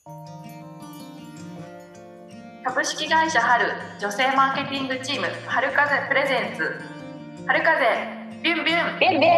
株式会社春女性マーケティングチーム春風プレゼンツ春風ビュンビュンビュンビュン。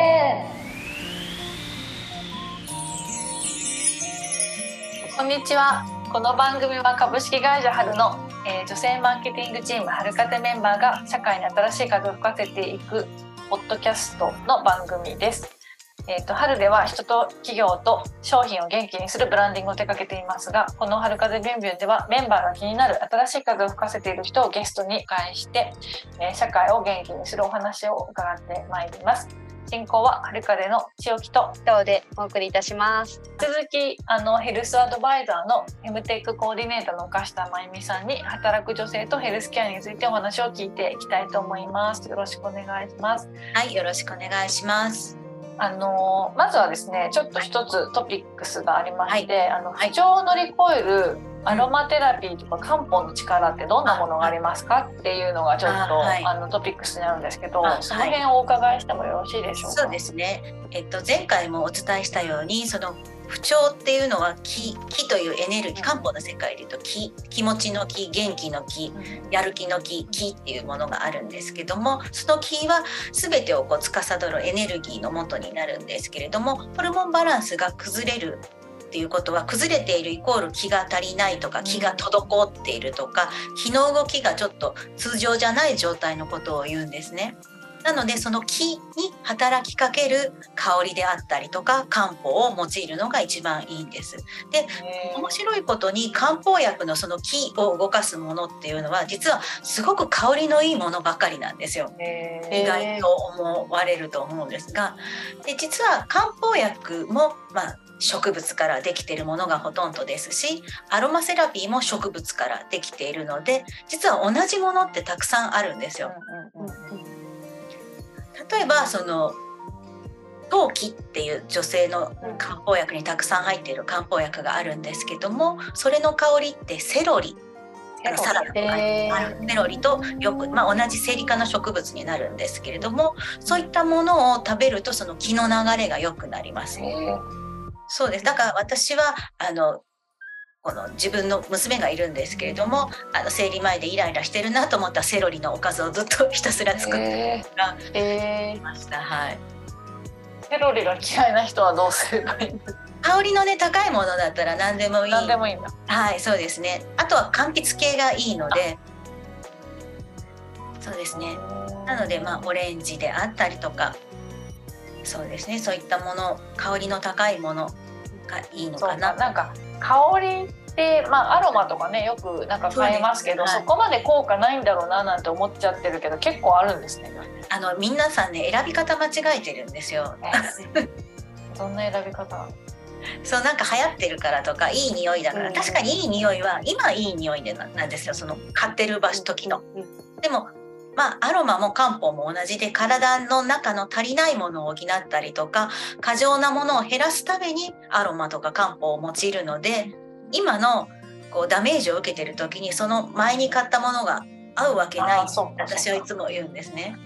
こんにちは。この番組は株式会社春の、女性マーケティングチーム春風メンバーが社会に新しい風を吹かせていくポッドキャストの番組です。春では人と企業と商品を元気にするブランディングを手掛けていますが、この春風ビュンビュンではメンバーが気になる新しい風を吹かせている人をゲストにお迎えして、社会を元気にするお話を伺ってまいります。進行は春風の千代木とどうでお送りいたします。 続きヘルスアドバイザーのフェムテックコーディネーターの岡下真由美さんに働く女性とヘルスケアについてお話を聞いていきたいと思います。よろしくお願いします。 はい、よろしくお願いします。 まずはですね、ちょっと一つトピックスがありまして、 はい、 不調を乗り越えるアロマテラピーとか漢方の力ってどんなものがありますかっていうのがちょっとトピックスになるんですけど、その辺をお伺いしてもよろしいでしょうか。 そうですね、前回もお伝えしたように、その不調っていうのは気というエネルギー、漢方の世界でいうと気持ちの気、元気の気、やる気の気っていうものがあるんですけども、その気は全てを司るエネルギーの元になるんですけれども、ホルモンバランスが崩れるっていうことは、崩れているイコール気が足りないとか、気が滞っているとか、気の動きがちょっと通常じゃない状態のことを言うんですね。なのでその気に働きかける香りであったりとか漢方を用いるのが一番いいんです。で、面白いことに漢方薬のその気を動かすものっていうのは実はすごく香りのいいものばかりなんですよ。意外と思われると思うんですが、で実は漢方薬も植物からできているものがほとんどですし、アロマセラピーも植物からできているので、実は同じものってたくさんあるんですよ。例えばその陶器っていう女性の漢方薬にたくさん入っている漢方薬があるんですけども、それの香りってセロリ、サラダとかにあるセロリとよく、同じセリ科の植物になるんですけれども、そういったものを食べるとその気の流れが良くなります。そうです。だから私はこの自分の娘がいるんですけれども、生理前でイライラしてるなと思ったらセロリのおかずをずっとひたすら作っていました。はい。 セロリが嫌いな人はどうすればいいんですか？ 香りのね高いものだったら何でもいい。 何でもいいんだ。 はい、そうですね。あとは柑橘系がいいので、そうですね。なのでオレンジであったりとか、そうですね。そういったもの、香りの高いものがいいのかな。 なんか香りってアロマとかねよくなんか買えますけど、そこまで効果ないんだろうななんて思っちゃってるけど、結構あるんですね。 皆さんね選び方間違えてるんですよ。 どんな選び方？ そうなんか流行ってるからとかいい匂いだから、確かにいい匂いは今いい匂いなんですよ、その買ってる時の。でもアロマも漢方も同じで、体の中の足りないものを補ったりとか過剰なものを減らすためにアロマとか漢方を用いるので、今のダメージを受けてる時にその前に買ったものが合うわけないと私はいつも言うんですね。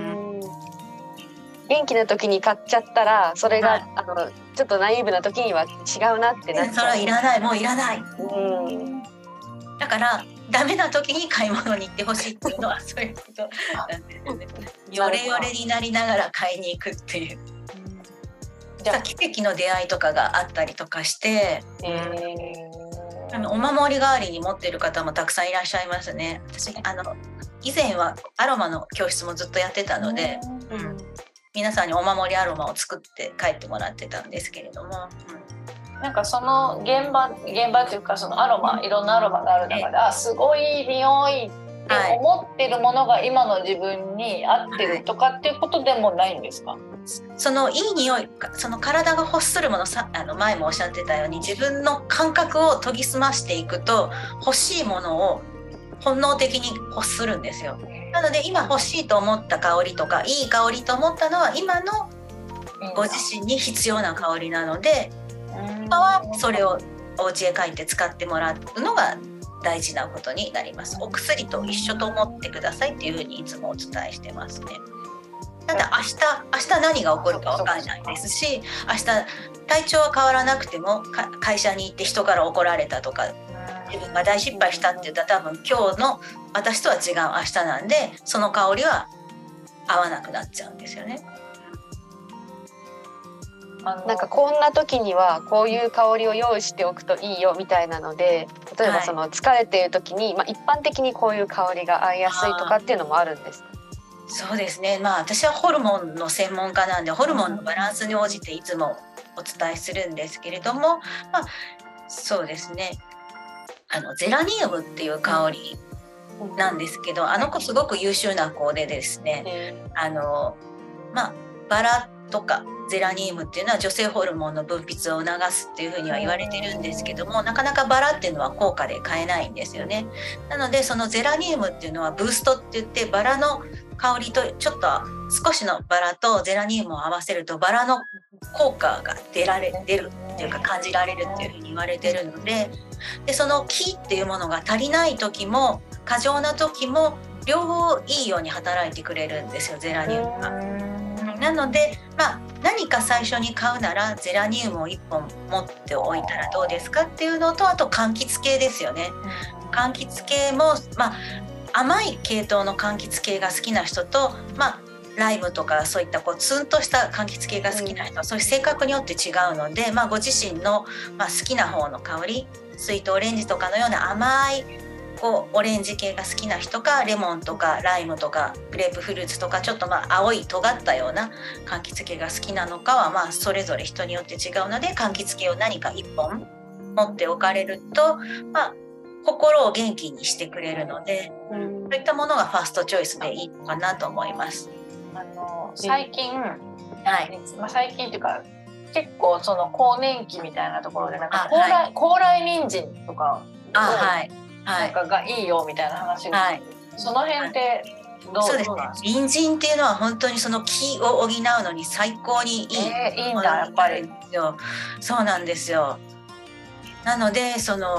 元気な時に買っちゃったらそれが、ちょっとナイーブな時には違うなってなっちゃう。 それはいらない、もういらない。だからダメな時に買い物に行ってほしいっていうのはそういうことなんですね。ヨレヨレになりながら買いに行くっていう。奇跡の出会いとかがあったりとかして、お守り代わりに持っている方もたくさんいらっしゃいますね。私以前はアロマの教室もずっとやってたので、皆さんにお守りアロマを作って帰ってもらってたんですけれども、 なんかその現場というか、そのアロマ、いろんなアロマがある中ですごい匂いって思ってるものが今の自分に合ってるとかっていうことでもないんですか？ そのいい匂い、その体が欲するもの、前もおっしゃってたように自分の感覚を研ぎ澄ましていくと欲しいものを本能的に欲するんですよ。なので今欲しいと思った香りとかいい香りと思ったのは今のご自身に必要な香りなので、今はそれをお家へ帰って使ってもらうのが大事なことになります。お薬と一緒と思ってくださいっていうふうにいつもお伝えしてますね。 ただ明日何が起こるか分からないですし、明日体調は変わらなくても会社に行って人から怒られたとか、自分が大失敗したって言ったら多分今日の私とは違う明日なんで、その香りは合わなくなっちゃうんですよね。 なんかこんな時にはこういう香りを用意しておくといいよみたいなので、例えばその疲れている時に、一般的にこういう香りが合いやすいとかっていうのもあるんですか？ そうですね、私はホルモンの専門家なんで、ホルモンのバランスに応じていつもお伝えするんですけれども、そうですね、ゼラニウムっていう香りなんですけど、あの子すごく優秀な子でですね、バラとかゼラニウムっていうのは女性ホルモンの分泌を促すっていうふうには言われてるんですけども、なかなかバラっていうのは高価で買えないんですよね。なのでそのゼラニウムっていうのはブーストって言って、バラの香りとちょっと少しのバラとゼラニウムを合わせるとバラの効果が出るっていうか感じられるっていうふうに言われてるので、その気っていうものが足りない時も過剰な時も両方いいように働いてくれるんですよ、ゼラニウムが。なので、何か最初に買うならゼラニウムを1本持っておいたらどうですかっていうのと、あと柑橘系ですよね。柑橘系も、甘い系統の柑橘系が好きな人と、ライムとかそういったツンとした柑橘系が好きな人は、そういう性格によって違うので、ご自身の、好きな方の香り、スイートオレンジとかのような甘いオレンジ系が好きな人か、レモンとかライムとかグレープフルーツとか、ちょっと青い尖ったような柑橘系が好きなのかは、それぞれ人によって違うので、柑橘系を何か1本持っておかれると、心を元気にしてくれるので、そういったものがファーストチョイスでいいのかなと思います。 最近っていうか結構その更年期みたいなところで高麗人参とかなんかがいいよみたいな話が、その辺ってどうなんですか？ 人参っていうのは本当にその気を補うのに最高にいい、 いいんだやっぱり。 そうなんですよ。なので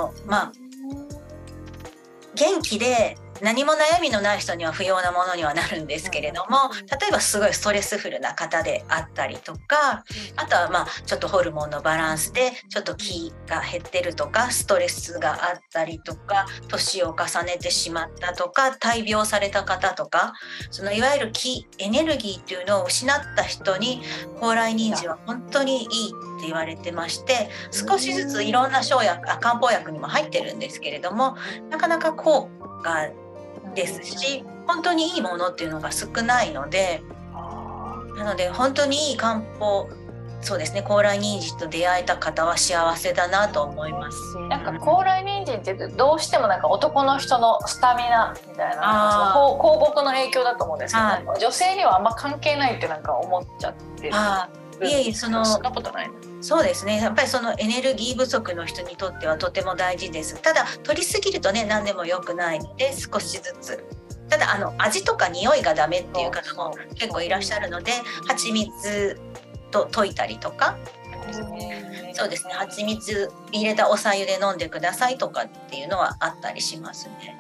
元気で何も悩みのない人には不要なものにはなるんですけれども、例えばすごいストレスフルな方であったりとか、あとはちょっとホルモンのバランスでちょっと気が減ってるとか、ストレスがあったりとか、年を重ねてしまったとか、大病された方とか、そのいわゆる気エネルギーっていうのを失った人に高麗人参は本当にいいって言われてまして、少しずついろんな漢方薬にも入ってるんですけれども、なかなか効果ですし、本当にいいものっていうのが少ないので、なので本当にいい漢方、そうですね、高麗人参と出会えた方は幸せだなと思います。 なんか高麗人参ってどうしてもなんか男の人のスタミナみたいな、広告の影響だと思うんですけど、女性にはあんま関係ないってなんか思っちゃってる。そんなことない。 そうですね、やっぱりそのエネルギー不足の人にとってはとても大事です。ただ取りすぎるとね、何でも良くないので少しずつ。ただ味とか匂いがダメっていう方も結構いらっしゃるので、蜂蜜と溶いたりとか、そうですね、蜂蜜入れたお白湯で飲んでくださいとかっていうのはあったりしますね。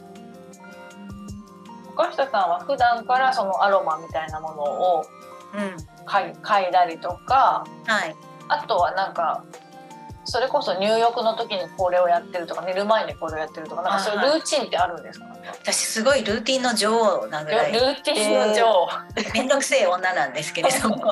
岡下さんは普段からそのアロマみたいなものを嗅いだりとか、あとはなんかそれこそ入浴の時にこれをやってるとか、寝る前にこれをやってるとか、なんかそういうルーチンってあるんですか？ 私すごいルーティンの女王なぐらい、 ルーティンの女王、 めんどくせえ女なんですけれども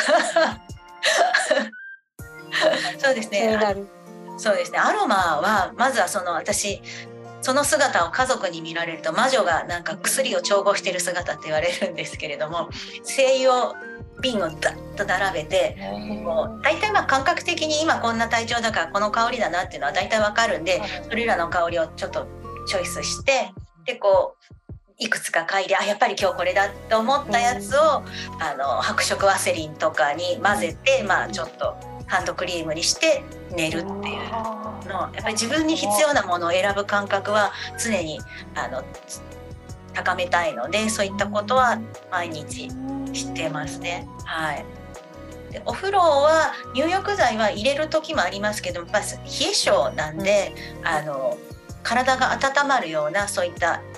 そうですね、アロマはまずは私その姿を家族に見られると、魔女がなんか薬を調合している姿って言われるんですけれども、精油を瓶をダッと並べて、大体感覚的に今こんな体調だからこの香りだなっていうのは大体わかるんで、それらの香りをちょっとチョイスして、でいくつか嗅いで、やっぱり今日これだと思ったやつを白色ワセリンとかに混ぜて、ちょっとハンドクリームにして寝るっていうの、やっぱり自分に必要なものを選ぶ感覚は常に高めたいので、そういったことは毎日してますね。でお風呂は入浴剤は入れる時もありますけど、やっぱり冷え性なんで、体が温まるようなそういった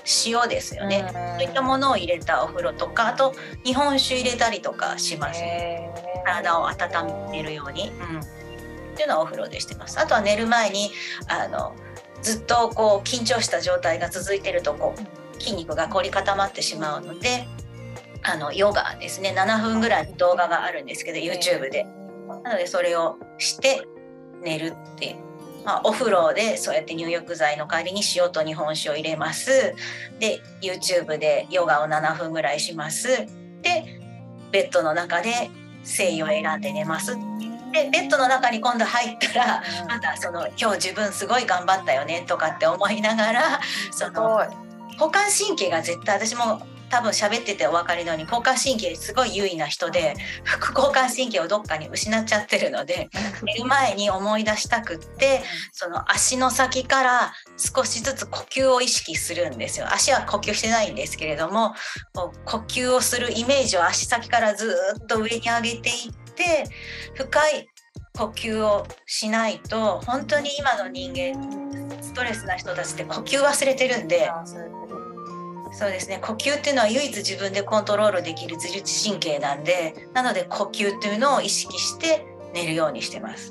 塩ですよね、そういったものを入れたお風呂とか、あと日本酒入れたりとかします、体を温めるように、っていうのはお風呂でしてます。あとは寝る前にずっとこう緊張した状態が続いてるとこう筋肉が凝り固まってしまうので、ヨガですね、7分ぐらいの動画があるんですけど YouTube で、なのでそれをして寝るっていう、お風呂でそうやって入浴剤の代わりに塩と日本酒を入れます。で YouTube でヨガを7分ぐらいします。でベッドの中で精油を選んで寝ます。でベッドの中に今度入ったらまた今日自分すごい頑張ったよねとかって思いながら、交感神経が絶対、私も多分喋っててお分かりのように交感神経すごい優位な人で、副交感神経をどっかに失っちゃってるので、寝る前に思い出したくって、足の先から少しずつ呼吸を意識するんですよ。足は呼吸してないんですけれども、呼吸をするイメージを足先からずっと上に上げていって、深い呼吸をしないと、本当に今の人間ストレスな人たちって呼吸忘れてるんで、そうですね、呼吸っていうのは唯一自分でコントロールできる自律神経なんで、なので呼吸っていうのを意識して寝るようにしてます。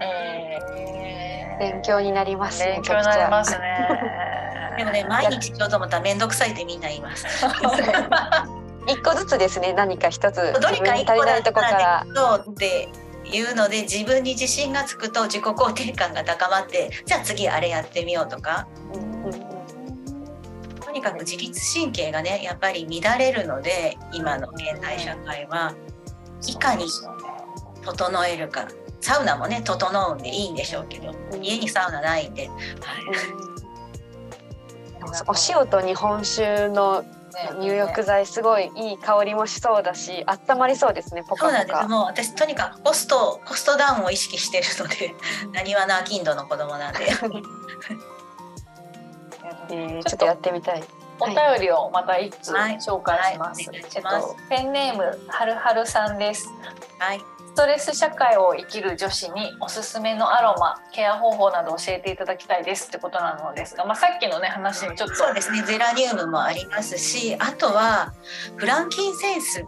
勉強になりますね。 勉強になりますね。 でもね、毎日しようと思ったら面倒くさいってみんな言います。 一個ずつですね、何か一つどれか一個だったらそうっていうので、自分に自信がつくと自己肯定感が高まって、じゃあ次あれやってみようとか、とにかく自律神経がねやっぱり乱れるので、今の現代社会はいかに整えるか。サウナもね整うんでいいんでしょうけど、家にサウナないんで、 お塩と日本酒の入浴剤すごいいい香りもしそうだし、温まりそうですね。ポカポカ。そうなんです。 もう私とにかくコストダウンを意識してるので、なにわの商人の子供なんでちょっとやってみたい。 お便りをまた一つ紹介します。ペンネームはるはるさんです。ストレス社会を生きる女子におすすめのアロマケア方法など教えていただきたいですってことなのですが、さっきのね話にちょっと、 そうですね、ゼラニウムもありますし、あとはフランキンセンス。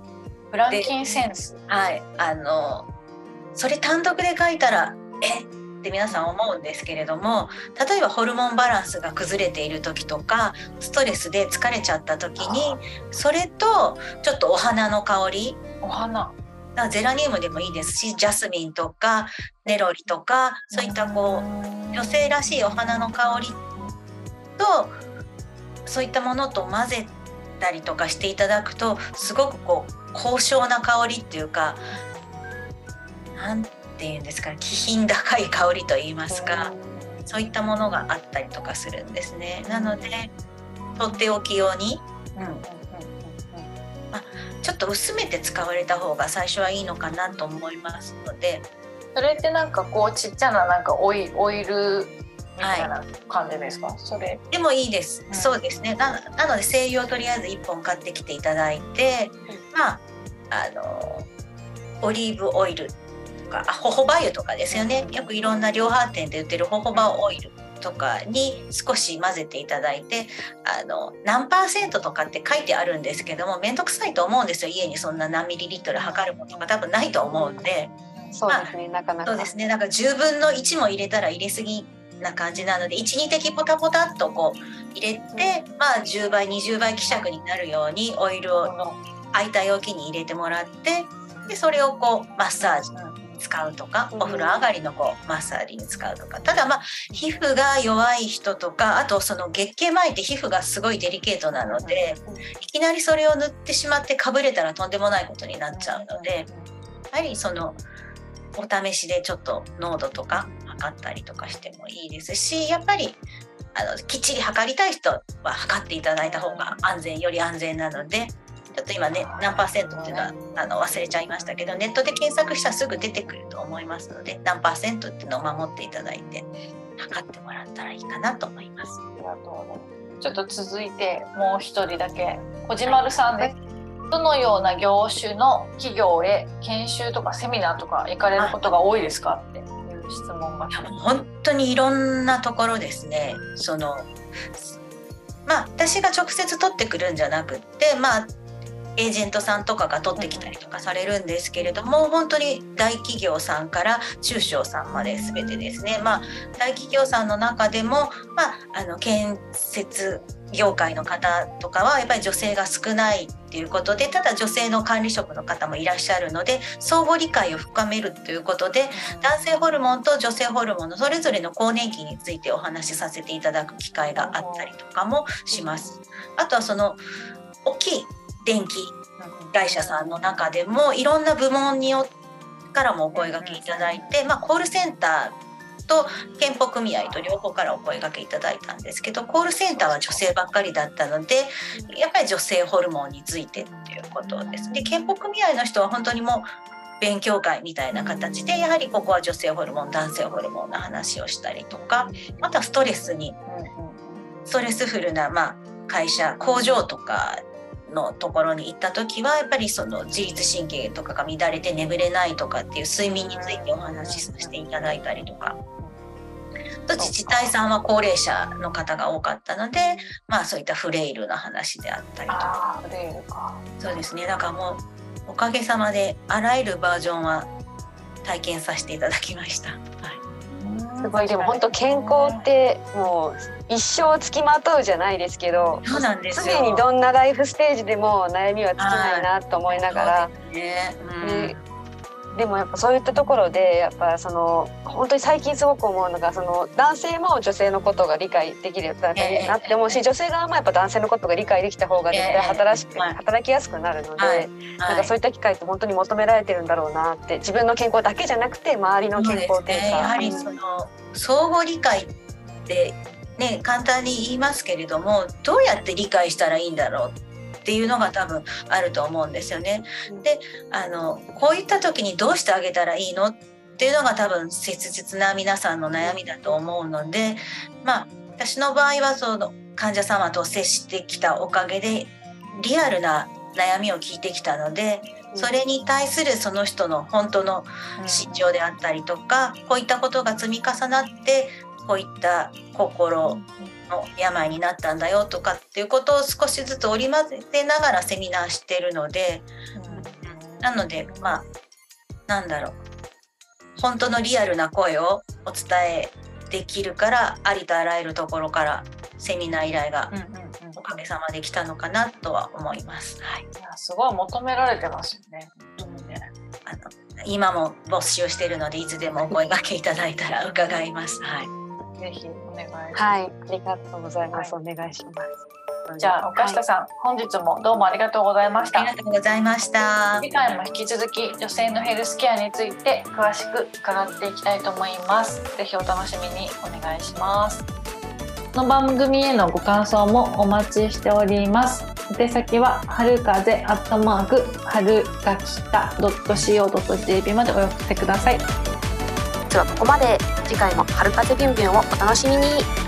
それ単独で書いたらって皆さん思うんですけれども、例えばホルモンバランスが崩れている時とか、ストレスで疲れちゃった時に、それとちょっとお花の香り、ゼラニウムでもいいですし、ジャスミンとかネロリとか、そういった女性らしいお花の香りとそういったものと混ぜたりとかしていただくと、すごく高尚な香りっていうか、なんていうんですかね、気品高い香りといいますか、そういったものがあったりとかするんですね。なのでとっておき用に、ちょっと薄めて使われた方が最初はいいのかなと思いますので。 それってなんかちっちゃなオイルみたいな感じですか？それでもいいです。そうですね。なので精油をとりあえず1本買ってきていただいて、オリーブオイルとかホホバ油とかですよね。よくいろんな量販店で売ってるホホバオイルとかに少し混ぜていただいて、何%とかって書いてあるんですけども、めんどくさいと思うんですよ。家にそんな何ミリリットル測るものが多分ないと思うんで。 そうですね、なかなか。 そうですね、なんか10分の1も入れたら入れすぎな感じなので、 1,2 滴ポタポタっと入れて、10倍20倍希釈になるようにオイルを空いた容器に入れてもらって、でそれをマッサージに使うとか、お風呂上がりのマッサージに使うとか。ただ皮膚が弱い人とか、あとその月経前って皮膚がすごいデリケートなので、いきなりそれを塗ってしまってかぶれたらとんでもないことになっちゃうので、やはりお試しでちょっと濃度とか測ったりとかしてもいいですし、やっぱりきっちり測りたい人は測っていただいた方がより安全なので、ちょっと今ね何%っていうのは忘れちゃいましたけど、ネットで検索したらすぐ出てくると思いますので、何%っていうのを守っていただいて測ってもらったらいいかなと思います。 ありがとうね。ちょっと続いてもう一人だけ、小島るさんです。どのような業種の企業へ研修とかセミナーとか行かれることが多いですかっていう質問が。 本当にいろんなところですね。 私が直接取ってくるんじゃなくって、エージェントさんとかが取ってきたりとかされるんですけれども、本当に大企業さんから中小さんまで全てですね、大企業さんの中でも、建設業界の方とかはやっぱり女性が少ないっていうことで、ただ女性の管理職の方もいらっしゃるので、相互理解を深めるということで、男性ホルモンと女性ホルモンのそれぞれの更年期についてお話しさせていただく機会があったりとかもします。あとはその大きい電気会社さんの中でもいろんな部門によってからもお声掛けいただいて、コールセンターと健保組合と両方からお声掛けいただいたんですけど、コールセンターは女性ばっかりだったので、やっぱり女性ホルモンについてっていうことです。で、健保組合の人は本当にもう勉強会みたいな形で、やはりここは女性ホルモン男性ホルモンの話をしたりとか、あとはストレスフルな、会社工場とかのところに行った時はやっぱりその自律神経とかが乱れて眠れないとかっていう睡眠についてお話しさせていただいたりとか、自治体さんは高齢者の方が多かったので、そういったフレイルの話であったりとか。 フレイルか。 そうですね。だからもうおかげさまであらゆるバージョンは体験させていただきました。 すごい。でも本当健康ってもう一生つきまとうじゃないですけど、 そうなんですよ。 常にどんなライフステージでも悩みは尽きないなと思いながら、でもやっぱそういったところでやっぱその本当に最近すごく思うのが、その男性も女性のことが理解できるようになって思うし、女性側もやっぱ男性のことが理解できた方が絶対働きやすくなるので、なんかそういった機会って本当に求められてるんだろうなって、自分の健康だけじゃなくて周りの健康っていうか、 やはりその相互理解ってね、簡単に言いますけれども、どうやって理解したらいいんだろうっていうのが多分あると思うんですよね。で、こういった時にどうしてあげたらいいのっていうのが多分切実な皆さんの悩みだと思うので、私の場合はその患者様と接してきたおかげでリアルな悩みを聞いてきたので、それに対するその人の本当の心情であったりとか、こういったことが積み重なってこういった心の病になったんだよとかっていうことを少しずつ織り交ぜながらセミナーしてるので、なので本当のリアルな声をお伝えできるから、ありとあらゆるところからセミナー依頼がおかげさまで来たのかなとは思います。 いや、すごい求められてますよね。本当にね。 今も募集しているので、いつでもお声掛けいただいたら伺います。 ぜひお願いします。 ありがとうございます。お願いします。 じゃあ岡下さん、本日もどうもありがとうございました。 ありがとうございました。 次回も引き続き女性のヘルスケアについて詳しく伺っていきたいと思います。ぜひお楽しみにお願いします。この番組へのご感想もお待ちしております。宛先は春風春がきた .co.jp までお寄せください。 ではここまで。次回も春風ビュンビュンをお楽しみに。